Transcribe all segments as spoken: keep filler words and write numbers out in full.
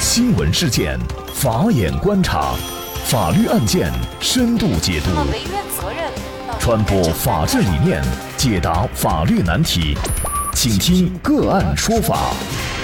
新闻事件，法眼观察，法律案件深度解读，传播法治理念，解答法律难题，请听个案说法。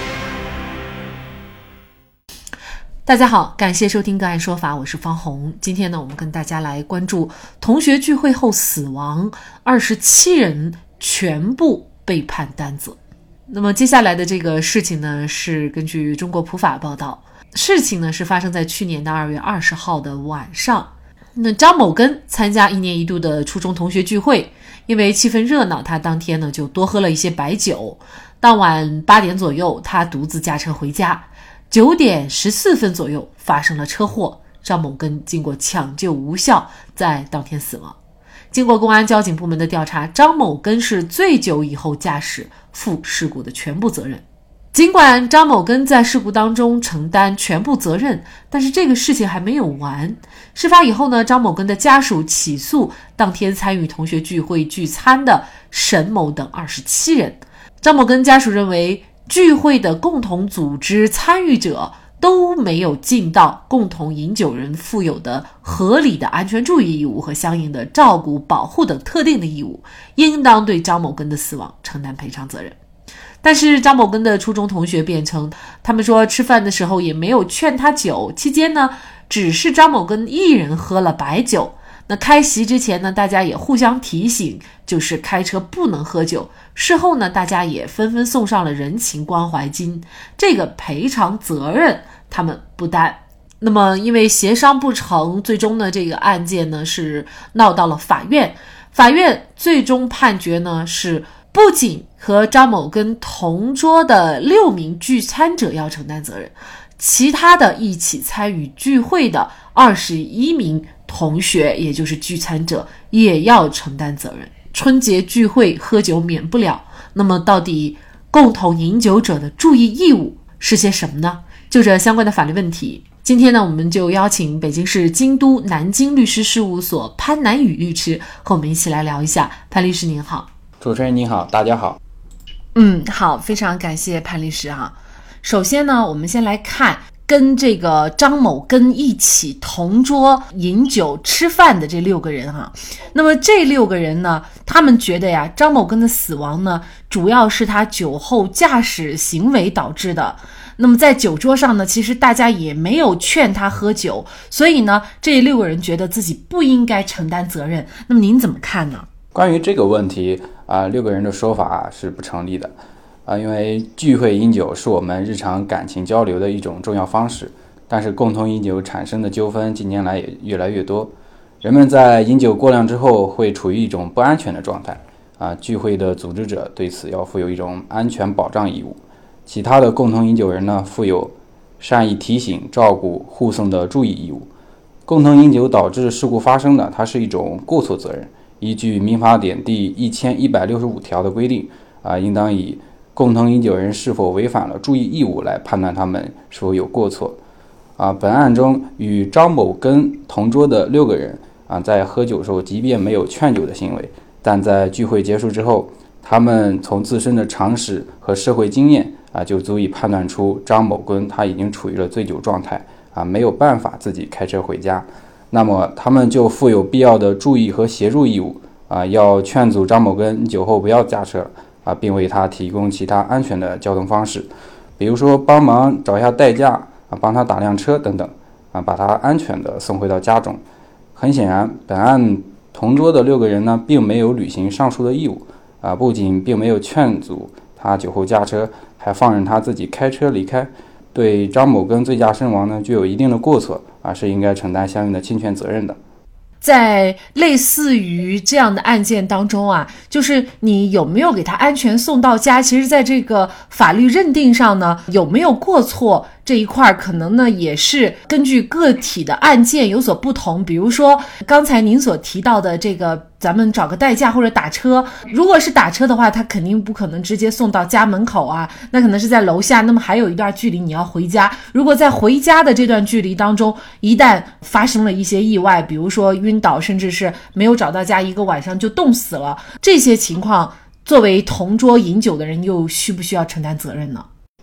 大家好，感谢收听个案说法，我是方红。今天呢，我们跟大家来关注同学聚会后死亡，二十七人全部被判担责。那么接下来的这个事情呢，是根据中国普法报道，事情呢是发生在去年的二月二十号的晚上。那张某根参加一年一度的初中同学聚会，因为气氛热闹，他当天呢就多喝了一些白酒。当晚八点左右，他独自驾车回家。九点十四分左右发生了车祸，张某根经过抢救无效，在当天死亡。经过公安交警部门的调查，张某根是醉酒以后驾驶，负事故的全部责任。尽管张某根在事故当中承担全部责任，但是这个事情还没有完。事发以后呢，张某根的家属起诉当天参与同学聚会聚餐的沈某等二十七人。张某根家属认为，聚会的共同组织参与者都没有尽到共同饮酒人负有的合理的安全注意义务和相应的照顾保护等特定的义务，应当对张某根的死亡承担赔偿责任。但是张某根的初中同学辩称，他们说吃饭的时候也没有劝他酒，期间呢只是张某根一人喝了白酒。那开席之前呢，大家也互相提醒，就是开车不能喝酒。事后呢，大家也纷纷送上了人情关怀金，这个赔偿责任他们不担。那么因为协商不成，最终呢这个案件呢是闹到了法院。法院最终判决呢是不仅和张某根同桌的六名聚餐者要承担责任，其他的一起参与聚会的二十一名同学，也就是聚餐者，也要承担责任。春节聚会喝酒免不了，那么到底共同饮酒者的注意义务是些什么呢？就这相关的法律问题，今天呢，我们就邀请北京市京都南京律师事务所潘南雨律师和我们一起来聊一下。潘律师您好。 主持人您好，大家好。 嗯，好，非常感谢潘律师哈。首先呢，我们先来看跟这个张某根一起同桌饮酒吃饭的这六个人哈。那么这六个人呢，他们觉得呀，张某根的死亡呢，主要是他酒后驾驶行为导致的。那么在酒桌上呢，其实大家也没有劝他喝酒，所以呢，这六个人觉得自己不应该承担责任。那么您怎么看呢？ 关于这个问题啊、呃，六个人的说法是不成立的。啊，因为聚会饮酒是我们日常感情交流的一种重要方式，但是共同饮酒产生的纠纷近年来也越来越多。人们在饮酒过量之后会处于一种不安全的状态啊，聚会的组织者对此要负有一种安全保障义务，其他的共同饮酒人呢负有善意提醒、照顾、护送的注意义务。共同饮酒导致事故发生的，它是一种过错责任，依据民法典第一千一百六十五条的规定啊，应当以共同饮酒人是否违反了注意义务来判断他们是否有过错。啊，本案中与张某根同桌的六个人啊，在喝酒时候即便没有劝酒的行为，但在聚会结束之后，他们从自身的常识和社会经验啊，就足以判断出张某根他已经处于了醉酒状态啊，没有办法自己开车回家。那么他们就负有必要的注意和协助义务啊，要劝阻张某根酒后不要驾车啊，并为他提供其他安全的交通方式，比如说帮忙找一下代驾啊，帮他打辆车等等啊，把他安全的送回到家中。很显然，本案同桌的六个人呢，并没有履行上述的义务啊，不仅并没有劝阻他酒后驾车，还放任他自己开车离开，对张某根醉驾身亡呢，具有一定的过错啊，是应该承担相应的侵权责任的。 在类似于这样的案件当中啊，就是你有没有给他安全送到家，其实在这个法律认定上呢，有没有过错这一块可能呢也是根据个体的案件有所不同。比如说刚才您所提到的这个咱们找个代驾或者打车，如果是打车的话，他肯定不可能直接送到家门口啊，那可能是在楼下，那么还有一段距离你要回家。如果在回家的这段距离当中，一旦发生了一些意外，比如说晕倒，甚至是没有找到家，一个晚上就冻死了，这些情况作为同桌饮酒的人又需不需要承担责任呢？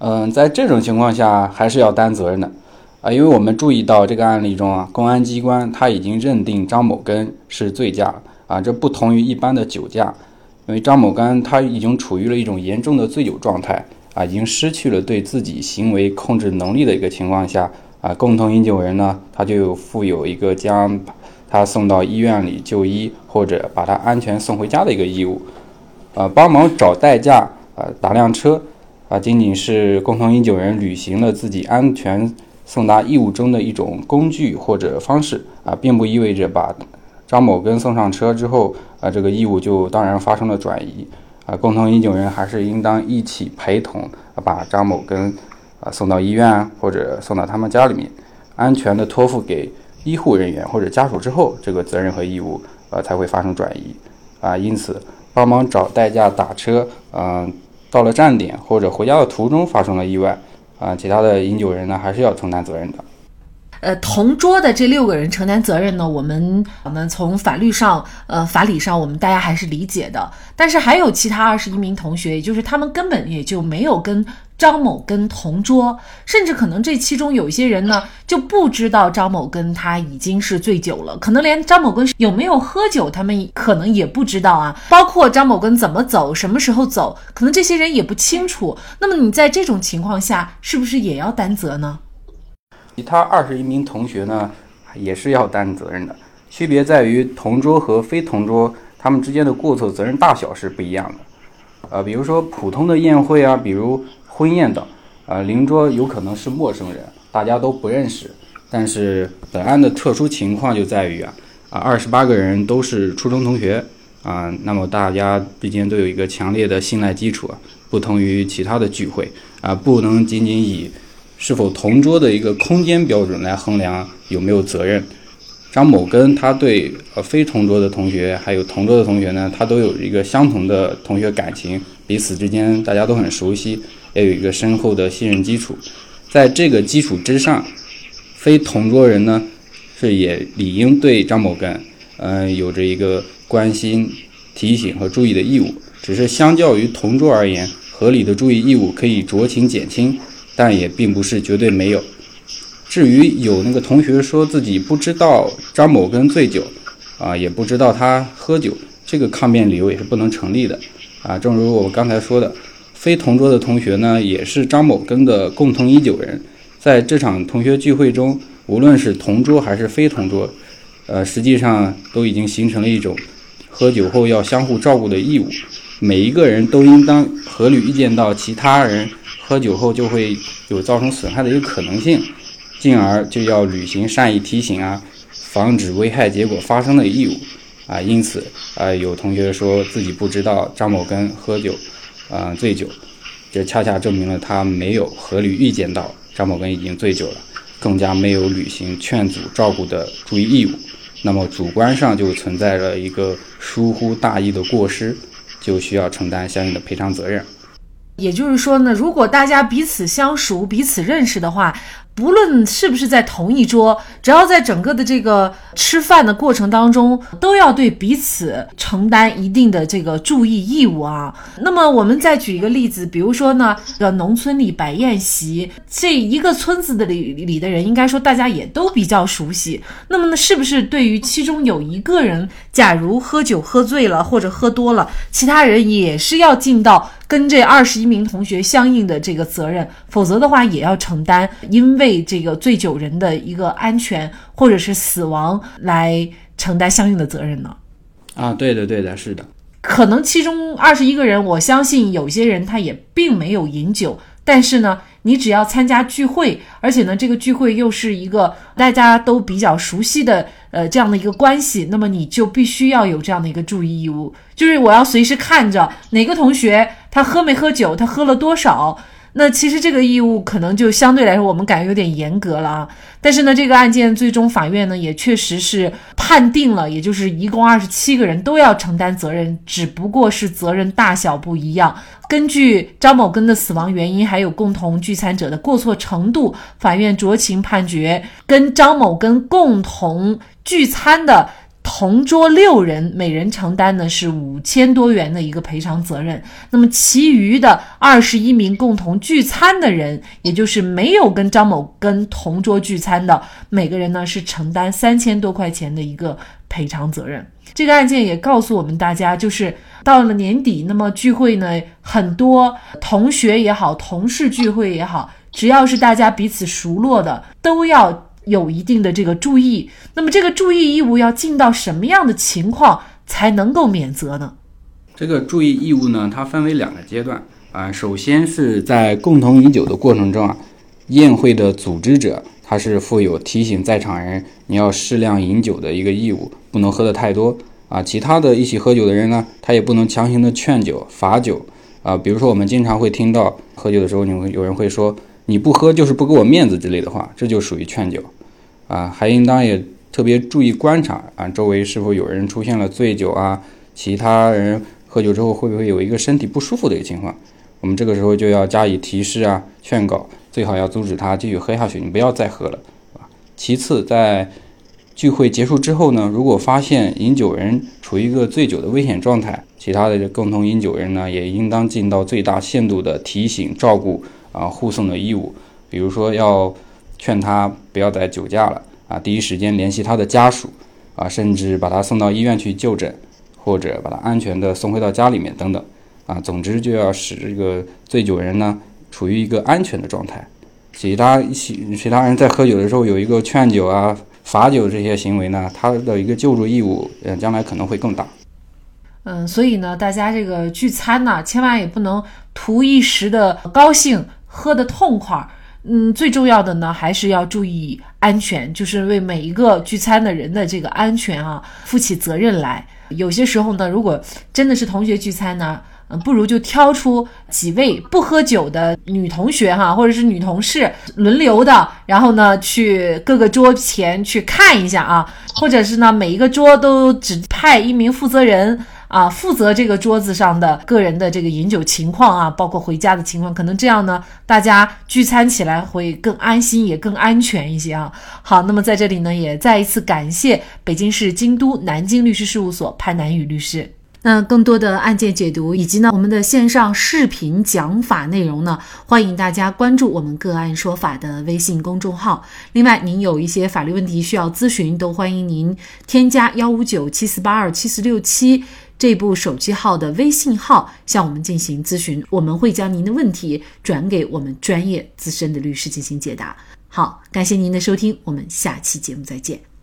嗯，在这种情况下还是要担责任的啊，因为我们注意到这个案例中啊，公安机关他已经认定张某根是醉驾啊，这不同于一般的酒驾，因为张某根他已经处于了一种严重的醉酒状态啊，已经失去了对自己行为控制能力的一个情况下啊，共同饮酒人呢，他就有负有一个将他送到医院里就医或者把他安全送回家的一个义务，啊，帮忙找代驾啊，打辆车。啊，仅仅是共同饮酒人履行了自己安全送达义务中的一种工具或者方式啊，并不意味着把张某根送上车之后啊，这个义务就当然发生了转移啊。共同饮酒人还是应当一起陪同啊，把张某根啊送到医院或者送到他们家里面，安全的托付给医护人员或者家属之后，这个责任和义务啊才会发生转移啊。因此，帮忙找代驾打车，嗯、呃。到了站点或者回家的途中发生了意外啊，其他的饮酒人呢还是要承担责任的。 呃，同桌的这六个人承担责任呢，我们呢从法律上、呃法理上，我们大家还是理解的。但是还有其他二十一名同学，也就是他们根本也就没有跟张某根同桌，甚至可能这其中有一些人呢就不知道张某根他已经是醉酒了，可能连张某根有没有喝酒他们可能也不知道啊，包括张某根怎么走什么时候走，可能这些人也不清楚。那么你在这种情况下是不是也要担责呢？ 其他二十一名同学呢也是要担责任的，区别在于同桌和非同桌他们之间的过错责任大小是不一样的。呃，比如说普通的宴会啊，比如婚宴等，呃，邻桌有可能是陌生人，大家都不认识。但是本案的特殊情况就在于啊，啊，二十八个人都是初中同学啊，那么大家之间都有一个强烈的信赖基础啊，不同于其他的聚会啊，不能仅仅以是否同桌的一个空间标准来衡量有没有责任。张某根他对呃非同桌的同学还有同桌的同学呢，他都有一个相同的同学感情，彼此之间大家都很熟悉，也有一个深厚的信任基础。在这个基础之上，非同桌人呢是也理应对张某根呃有着一个关心、提醒和注意的义务。只是相较于同桌而言，合理的注意义务可以酌情减轻，但也并不是绝对没有。至于有那个同学说自己不知道张某根醉酒啊，也不知道他喝酒，这个抗辩理由也是不能成立的啊。正如我们刚才说的，非同桌的同学呢也是张某根的共同饮酒人，在这场同学聚会中，无论是同桌还是非同桌，呃，实际上都已经形成了一种喝酒后要相互照顾的义务。每一个人都应当合理预见到其他人喝酒后就会有造成损害的一个可能性，进而就要履行善意提醒啊，防止危害结果发生的义务啊。因此啊，有同学说自己不知道张某根喝酒啊醉酒，这恰恰证明了他没有合理预见到张某根已经醉酒了，更加没有履行劝阻照顾的注意义务。那么主观上就存在了一个疏忽大意的过失，就需要承担相应的赔偿责任。 也就是说呢，如果大家彼此相熟、彼此认识的话，不论是不是在同一桌，只要在整个的这个吃饭的过程当中，都要对彼此承担一定的这个注意义务啊。那么我们再举一个例子，比如说呢，这个农村里摆宴席，这一个村子的里里的人，应该说大家也都比较熟悉。那么呢，是不是对于其中有一个人，假如喝酒喝醉了或者喝多了，其他人也是要尽到跟这二十一名同学相应的这个责任，否则的话也要承担因为这个醉酒人的一个安全或者是死亡来承担相应的责任呢？ 啊，对的对的，是的。 可能其中二十一个人，我相信有些人他也并没有饮酒，但是呢，你只要参加聚会，而且呢，这个聚会又是一个大家都比较熟悉的呃这样的一个关系，那么你就必须要有这样的一个注意义务，就是我要随时看着哪个同学他喝没喝酒，他喝了多少。那其实这个义务可能就相对来说我们感觉有点严格了啊。但是呢，这个案件最终法院呢也确实是判定了，也就是一共二十七个人都要承担责任，只不过是责任大小不一样。根据张某根的死亡原因还有共同聚餐者的过错程度，法院酌情判决跟张某根共同聚餐的同桌六人每人承担的是五千多元的一个赔偿责任。那么其余的二十一名共同聚餐的人，也就是没有跟张某跟同桌聚餐的，每个人呢是承担三千多块钱的一个赔偿责任。这个案件也告诉我们大家，就是到了年底，那么聚会呢，很多同学也好，同事聚会也好，只要是大家彼此熟络的，都要有一定的这个注意。那么这个注意义务要尽到什么样的情况才能够免责呢？ 这个注意义务呢，它分为两个阶段啊。首先是在共同饮酒的过程中啊，宴会的组织者他是负有提醒在场人你要适量饮酒的一个义务，不能喝得太多啊。其他的一起喝酒的人呢，他也不能强行的劝酒罚酒啊。比如说我们经常会听到喝酒的时候，你会有人会说你不喝就是不给我面子之类的话，这就属于劝酒啊。还应当也特别注意观察啊，周围是否有人出现了醉酒啊，其他人喝酒之后会不会有一个身体不舒服的一个情况，我们这个时候就要加以提示啊，劝告，最好要阻止他继续喝下去，你不要再喝了。其次，在聚会结束之后呢，如果发现饮酒人处于一个醉酒的危险状态，其他的共同饮酒人呢，也应当尽到最大限度的提醒、照顾啊、护送的义务。比如说要劝他不要再酒驾了啊，第一时间联系他的家属啊，甚至把他送到医院去就诊，或者把他安全的送回到家里面等等啊。总之就要使这个醉酒人呢处于一个安全的状态。其他一起其他人在喝酒的时候有一个劝酒啊、罚酒这些行为呢，他的一个救助义务，呃，将来可能会更大。 嗯，所以呢，大家这个聚餐呢，千万也不能图一时的高兴，喝得痛快。嗯，最重要的呢，还是要注意安全，就是为每一个聚餐的人的这个安全啊，负起责任来。有些时候呢，如果真的是同学聚餐呢，嗯，不如就挑出几位不喝酒的女同学哈，或者是女同事轮流的，然后呢去各个桌前去看一下啊，或者是呢每一个桌都只派一名负责人啊，负责这个桌子上的个人的这个饮酒情况啊，包括回家的情况，可能这样呢大家聚餐起来会更安心也更安全一些啊。好，那么在这里呢也再一次感谢北京市京都南京律师事务所潘南雨律师。那更多的案件解读以及呢我们的线上视频讲法内容呢，欢迎大家关注我们个案说法的微信公众号。另外您有一些法律问题需要咨询，都欢迎您添加一五九七四八二七四六七这部手机号的微信号向我们进行咨询，我们会将您的问题转给我们专业资深的律师进行解答。好，感谢您的收听，我们下期节目再见。